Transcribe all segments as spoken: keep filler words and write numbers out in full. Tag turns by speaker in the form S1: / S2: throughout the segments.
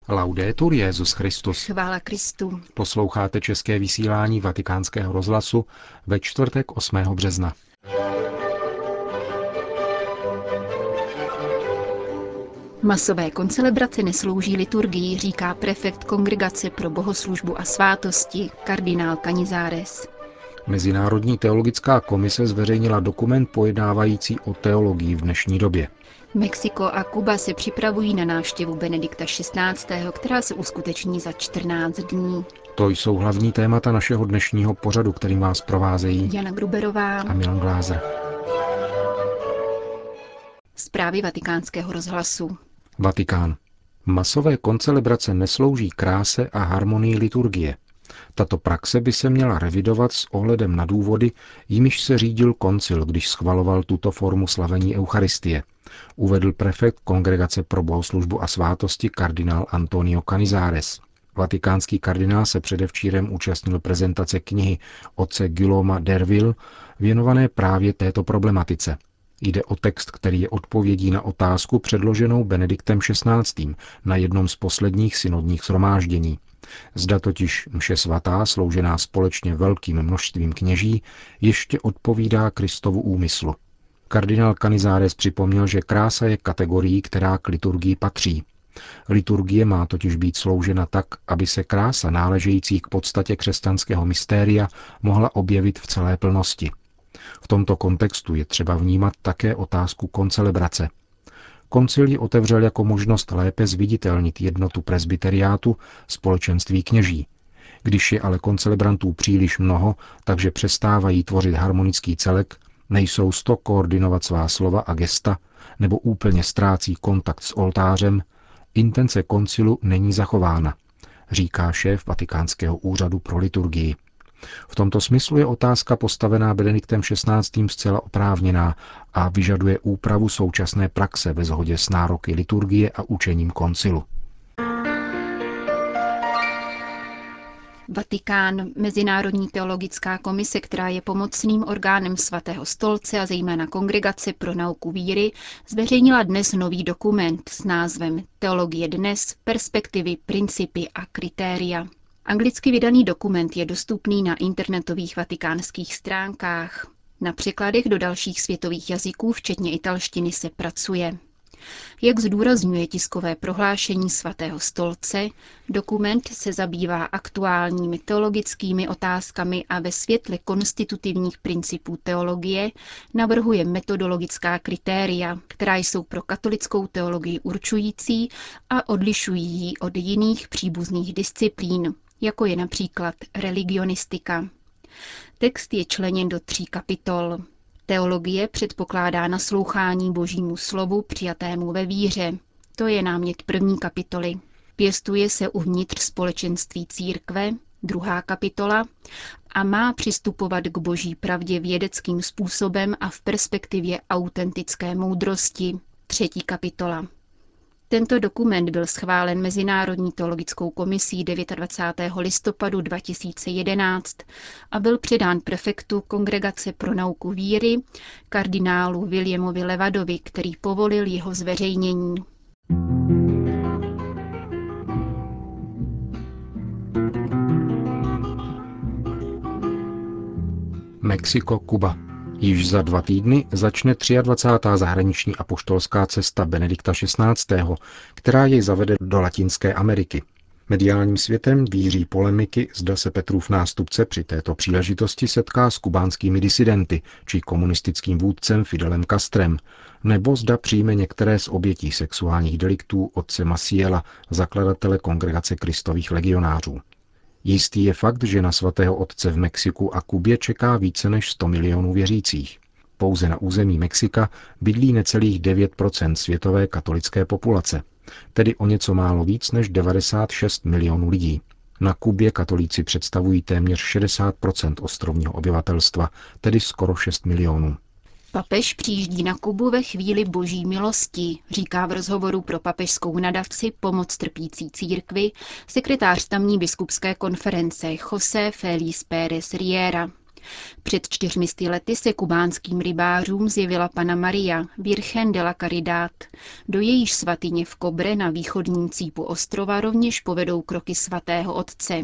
S1: Laudetur Jesus Christus.
S2: Chvála Kristu.
S1: Posloucháte české vysílání Vatikánského rozhlasu ve čtvrtek osmého března.
S2: Masové koncelebrace neslouží liturgii, říká prefekt Kongregace pro bohoslužbu a svátosti, kardinál Canizares.
S1: Mezinárodní teologická komise zveřejnila dokument pojednávající o teologii v dnešní době.
S2: Mexiko a Kuba se připravují na návštěvu Benedikta šestnáctého., která se uskuteční za čtrnáct dní.
S1: To jsou hlavní témata našeho dnešního pořadu, kterým vás provázejí
S2: Jana Gruberová
S1: a Milan Glázer.
S2: Zprávy Vatikánského rozhlasu.
S1: Vatikán. Masové koncelebrace neslouží kráse a harmonii liturgie. Tato praxe by se měla revidovat s ohledem na důvody, jimiž se řídil koncil, když schvaloval tuto formu slavení Eucharistie, uvedl prefekt Kongregace pro bohoslužbu a svátosti kardinál Antonio Canizares. Vatikánský kardinál se předevčírem účastnil prezentace knihy otce Guillauma d'Erville věnované právě této problematice. Jde o text, který je odpovědí na otázku předloženou Benediktem šestnáctým. na jednom z posledních synodních shromáždění. Zda totiž mše svatá, sloužená společně velkým množstvím kněží, ještě odpovídá Kristovu úmyslu. Kardinál Canizares připomněl, že krása je kategorií, která k liturgii patří. Liturgie má totiž být sloužena tak, aby se krása náležející k podstatě křesťanského mystéria mohla objevit v celé plnosti. V tomto kontextu je třeba vnímat také otázku koncelebrace. Koncil ji otevřel jako možnost lépe zviditelnit jednotu presbyteriátu, společenství kněží. Když je ale koncelebrantů příliš mnoho, takže přestávají tvořit harmonický celek, nejsou sto koordinovat svá slova a gesta, nebo úplně ztrácí kontakt s oltářem, intence koncilu není zachována, říká šéf Vatikánského úřadu pro liturgii. V tomto smyslu je otázka postavená Benediktem šestnáctým. zcela oprávněná a vyžaduje úpravu současné praxe ve shodě s nároky liturgie a učením koncilu.
S2: Vatikán, Mezinárodní teologická komise, která je pomocným orgánem Svatého stolce a zejména Kongregace pro nauku víry, zveřejnila dnes nový dokument s názvem Teologie dnes, perspektivy, principy a kritéria. Anglicky vydaný dokument je dostupný na internetových vatikánských stránkách. Na překladech do dalších světových jazyků, včetně italštiny, se pracuje. Jak zdůrazňuje tiskové prohlášení Svatého stolce, dokument se zabývá aktuálními teologickými otázkami a ve světle konstitutivních principů teologie navrhuje metodologická kritéria, která jsou pro katolickou teologii určující a odlišují ji od jiných příbuzných disciplín, jako je například religionistika. Text je členěn do tří kapitol. Teologie předpokládá naslouchání Božímu slovu přijatému ve víře. To je námět první kapitoly. Pěstuje se uvnitř společenství církve, druhá kapitola, a má přistupovat k Boží pravdě vědeckým způsobem a v perspektivě autentické moudrosti, třetí kapitola. Tento dokument byl schválen Mezinárodní teologickou komisí dvacátého devátého listopadu dva tisíce jedenáct a byl předán prefektu Kongregace pro nauku víry, kardinálu Williamovi Levadovi, který povolil jeho zveřejnění.
S1: Mexiko, Kuba. Již za dva týdny začne dvacátá třetí zahraniční apoštolská cesta Benedikta šestnáctého., která jej zavede do Latinské Ameriky. Mediálním světem víří polemiky, zda se Petrův nástupce při této příležitosti setká s kubánskými disidenty či komunistickým vůdcem Fidelem Castrem, nebo zda přijme některé z obětí sexuálních deliktů otce Maciela, zakladatele Kongregace Kristových legionářů. Jistý je fakt, že na svatého otce v Mexiku a Kubě čeká více než sto milionů věřících. Pouze na území Mexika bydlí necelých devět procent světové katolické populace, tedy o něco málo víc než devadesát šest milionů lidí. Na Kubě katolíci představují téměř šedesát procent ostrovního obyvatelstva, tedy skoro šest milionů.
S2: Papež přijíždí na Kubu ve chvíli boží milosti, říká v rozhovoru pro papežskou nadaci Pomoc trpící církvi sekretář tamní biskupské konference José Félix Pérez Riera. Před čtyřmi sty lety se kubánským rybářům zjevila Panna Maria, Virgen de la Caridad, do jejíž svatyně v Cobre na východním cípu ostrova rovněž povedou kroky svatého otce.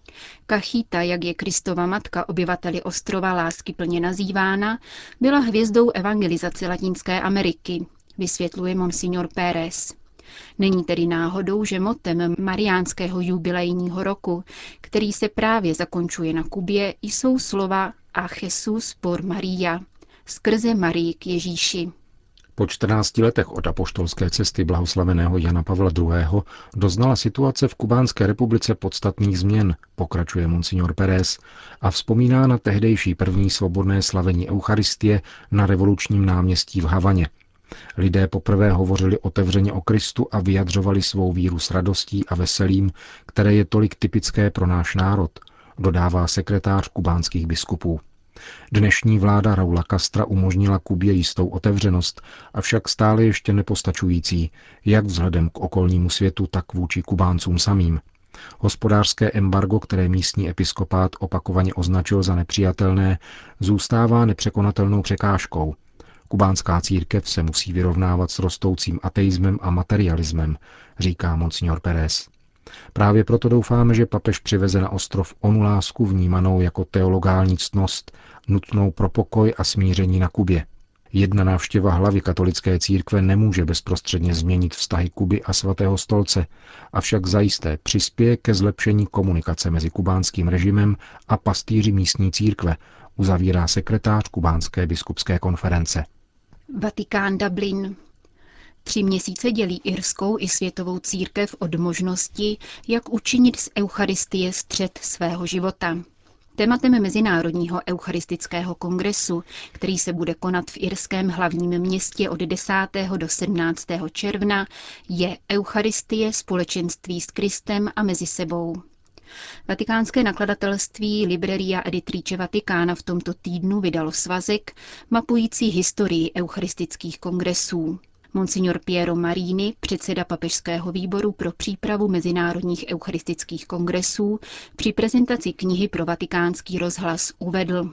S2: Kachita, jak je Kristova matka obyvateli ostrova láskyplně nazývána, byla hvězdou evangelizace Latinské Ameriky, vysvětluje monsignor Pérez. Není tedy náhodou, že motem mariánského jubilejního roku, který se právě zakončuje na Kubě, jsou slova a Jesus por Maria, skrze Marii k Ježíši.
S1: Po čtrnácti letech od apoštolské cesty blahoslaveného Jana Pavla druhého. doznala situace v Kubánské republice podstatných změn, pokračuje monsignor Pérez a vzpomíná na tehdejší první svobodné slavení Eucharistie na revolučním náměstí v Havaně. Lidé poprvé hovořili otevřeně o Kristu a vyjadřovali svou víru s radostí a veselím, které je tolik typické pro náš národ, dodává sekretář kubánských biskupů. Dnešní vláda Raula Castra umožnila Kubě jistou otevřenost, avšak stále ještě nepostačující, jak vzhledem k okolnímu světu, tak vůči Kubáncům samým. Hospodářské embargo, které místní episkopát opakovaně označil za nepřijatelné, zůstává nepřekonatelnou překážkou. Kubánská církev se musí vyrovnávat s rostoucím ateismem a materialismem, říká monsignor Pérez. Právě proto doufáme, že papež přiveze na ostrov onu lásku vnímanou jako teologální ctnost, nutnou pro pokoj a smíření na Kubě. Jedna návštěva hlavy katolické církve nemůže bezprostředně změnit vztahy Kuby a svatého stolce, avšak zajisté přispěje ke zlepšení komunikace mezi kubánským režimem a pastýři místní církve, uzavírá sekretář kubánské biskupské konference.
S2: Vatikán Dublin. Tři měsíce dělí irskou i světovou církev od možnosti, jak učinit z Eucharistie střed svého života. Tématem Mezinárodního eucharistického kongresu, který se bude konat v irském hlavním městě od desátého do sedmnáctého června, je Eucharistie, společenství s Kristem a mezi sebou. Vatikánské nakladatelství Libreria Editrice Vaticana v tomto týdnu vydalo svazek mapující historii eucharistických kongresů. Monsignor Piero Marini, předseda papežského výboru pro přípravu mezinárodních eucharistických kongresů, při prezentaci knihy pro Vatikánský rozhlas uvedl: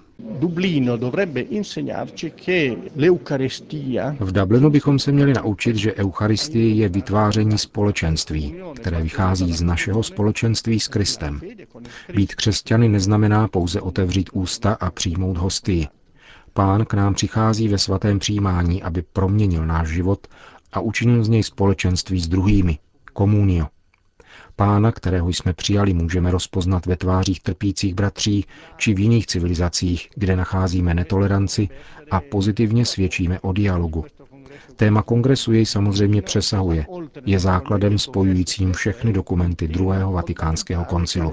S1: V Dublinu bychom se měli naučit, že Eucharistie je vytváření společenství, které vychází z našeho společenství s Kristem. Být křesťany neznamená pouze otevřít ústa a přijmout hostii. Pán k nám přichází ve svatém přijímání, aby proměnil náš život a učinil z něj společenství s druhými, komunio. Pána, kterého jsme přijali, můžeme rozpoznat ve tvářích trpících bratří či v jiných civilizacích, kde nacházíme netoleranci a pozitivně svědčíme o dialogu. Téma kongresu jej samozřejmě přesahuje. Je základem spojujícím všechny dokumenty druhého vatikánského koncilu.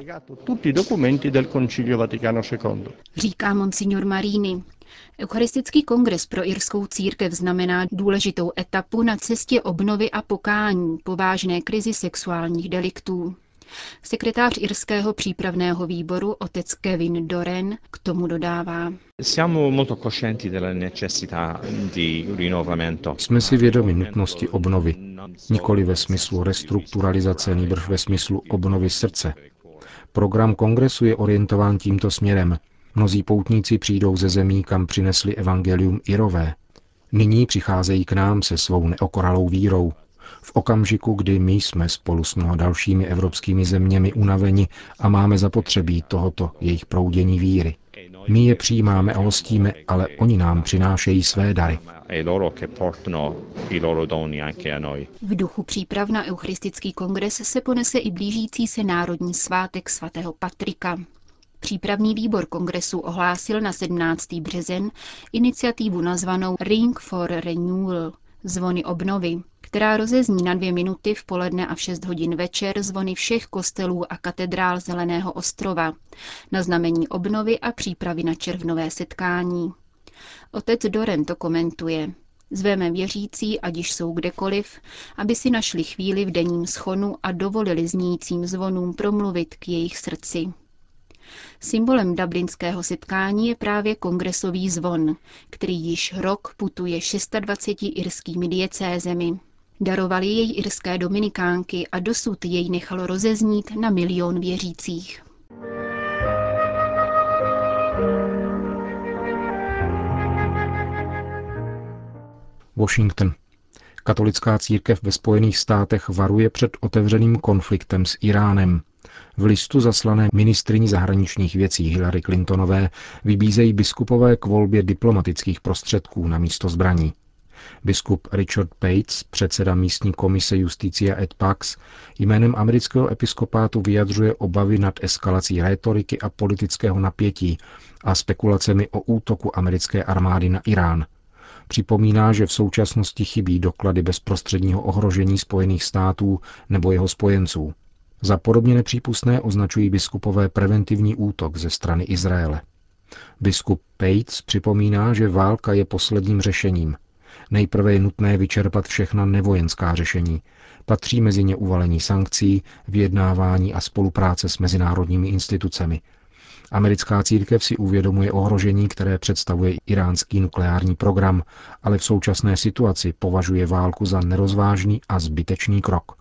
S2: Říká monsignor Marini. Eucharistický kongres pro irskou církev znamená důležitou etapu na cestě obnovy a pokání po vážné krizi sexuálních deliktů. Sekretář irského přípravného výboru otec Kevin Doren k tomu dodává:
S1: Jsme si vědomi nutnosti obnovy, nikoli ve smyslu restrukturalizace, nýbrž ve smyslu obnovy srdce. Program kongresu je orientován tímto směrem. Mnozí poutníci přijdou ze zemí, kam přinesli evangelium Irové. Nyní přicházejí k nám se svou neokoralou vírou. V okamžiku, kdy my jsme spolu s mnoha dalšími evropskými zeměmi unaveni a máme zapotřebí tohoto jejich proudění víry. My je přijímáme a hostíme, ale oni nám přinášejí své dary.
S2: V duchu příprav na eucharistický kongres se ponese i blížící se národní svátek svatého Patrika. Přípravný výbor kongresu ohlásil na sedmnáctý březen iniciativu nazvanou Ring for Renewal, zvony obnovy, která rozezní na dvě minuty v poledne a v šest hodin večer zvony všech kostelů a katedrál Zeleného ostrova, na znamení obnovy a přípravy na červnové setkání. Otec Doren to komentuje: Zveme věřící, ať již jsou kdekoliv, aby si našli chvíli v denním schonu a dovolili zníjícím zvonům promluvit k jejich srdci. Symbolem dublinského setkání je právě kongresový zvon, který již rok putuje dvaceti šesti irskými diecézemi. Darovali jej irské dominikánky a dosud jej nechalo rozeznít na milion věřících.
S1: Washington. Katolická církev ve Spojených státech varuje před otevřeným konfliktem s Iránem. V listu zaslaném ministryni zahraničních věcí Hillary Clintonové vybízejí biskupové k volbě diplomatických prostředků na místo zbraní. Biskup Richard Pates, předseda místní komise Justicia et Pax, jménem amerického episkopátu vyjadřuje obavy nad eskalací rétoriky a politického napětí a spekulacemi o útoku americké armády na Irán. Připomíná, že v současnosti chybí doklady bezprostředního ohrožení Spojených států nebo jeho spojenců. Za podobně nepřípustné označují biskupové preventivní útok ze strany Izraele. Biskup Pates připomíná, že válka je posledním řešením. Nejprve je nutné vyčerpat všechna nevojenská řešení. Patří mezi ně uvalení sankcí, vyjednávání a spolupráce s mezinárodními institucemi. Americká církev si uvědomuje ohrožení, které představuje iránský nukleární program, ale v současné situaci považuje válku za nerozvážný a zbytečný krok.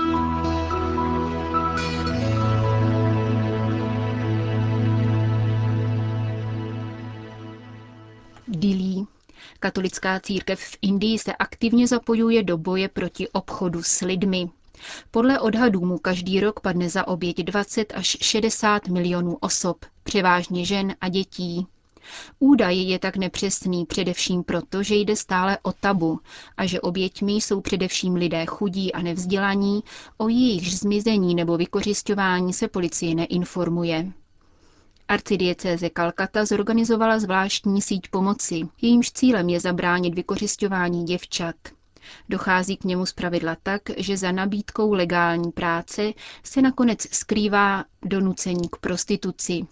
S2: Dillí. Katolická církev v Indii se aktivně zapojuje do boje proti obchodu s lidmi. Podle odhadů mu každý rok padne za oběť dvacet až šedesát milionů osob, převážně žen a dětí. Údaj je tak nepřesný především proto, že jde stále o tabu a že oběťmi jsou především lidé chudí a nevzdělaní, o jejich zmizení nebo vykořisťování se policie neinformuje. Arcidiecéze Kalkata zorganizovala zvláštní síť pomoci, jejímž cílem je zabránit vykořisťování děvčat. Dochází k němu zpravidla tak, že za nabídkou legální práce se nakonec skrývá donucení k prostituci.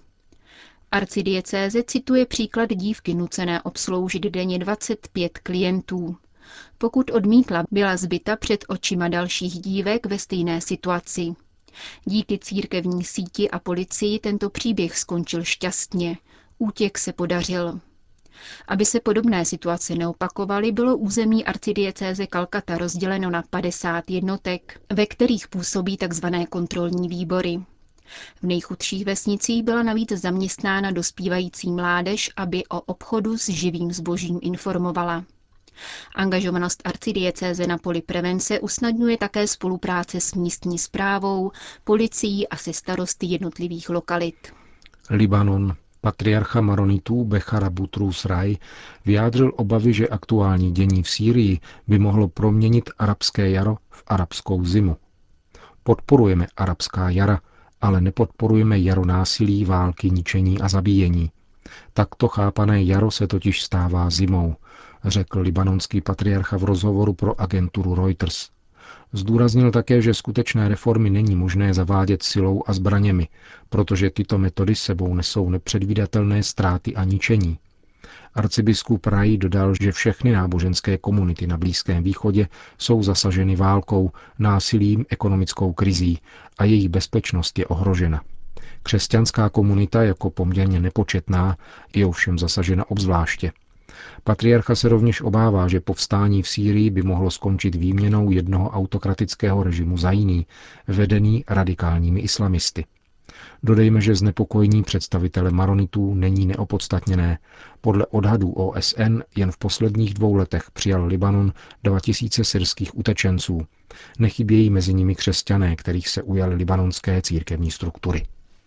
S2: Arcidiecéze cituje příklad dívky nucené obsloužit denně dvacet pět klientů. Pokud odmítla, byla zbyta před očima dalších dívek ve stejné situaci. Díky církevní síti a policii tento příběh skončil šťastně. Útěk se podařil. Aby se podobné situace neopakovaly, bylo území arcidiecéze Kalkata rozděleno na padesát jednotek, ve kterých působí tzv. Kontrolní výbory. V nejchudších vesnicích byla navíc zaměstnána dospívající mládež, aby o obchodu s živým zbožím informovala. Angažovanost arcidiecéze na poli prevence usnadňuje také spolupráce s místní správou, policií a se starosty jednotlivých lokalit.
S1: Libanon. Patriarcha maronitů Bechara Butrus Rai vyjádřil obavy, že aktuální dění v Sýrii by mohlo proměnit arabské jaro v arabskou zimu. Podporujeme arabská jara, ale nepodporujeme jaro násilí, války, ničení a zabíjení. Takto chápané jaro se totiž stává zimou, řekl libanonský patriarcha v rozhovoru pro agenturu Reuters. Zdůraznil také, že skutečné reformy není možné zavádět silou a zbraněmi, protože tyto metody sebou nesou nepředvídatelné ztráty a ničení. Arcibiskup Rai dodal, že všechny náboženské komunity na Blízkém východě jsou zasaženy válkou, násilím, ekonomickou krizí a jejich bezpečnost je ohrožena. Křesťanská komunita jako poměrně nepočetná je ovšem zasažena obzvláště. Patriarcha se rovněž obává, že povstání v Sýrii by mohlo skončit výměnou jednoho autokratického režimu za jiný, vedený radikálními islamisty. Dodejme, že znepokojení představitele maronitů není neopodstatněné. Podle odhadů O S N jen v posledních dvou letech přijal Libanon dva tisíce syrských utečenců. Nechybějí mezi nimi křesťané, kterých se ujaly libanonské církevní struktury.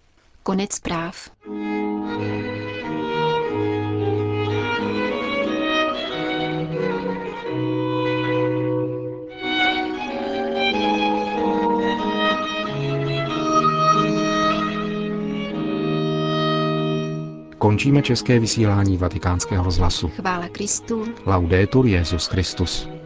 S2: Konec zpráv.
S1: Končíme české vysílání Vatikánského rozhlasu.
S2: Chvála Kristu.
S1: Laudetur Jesus Christus.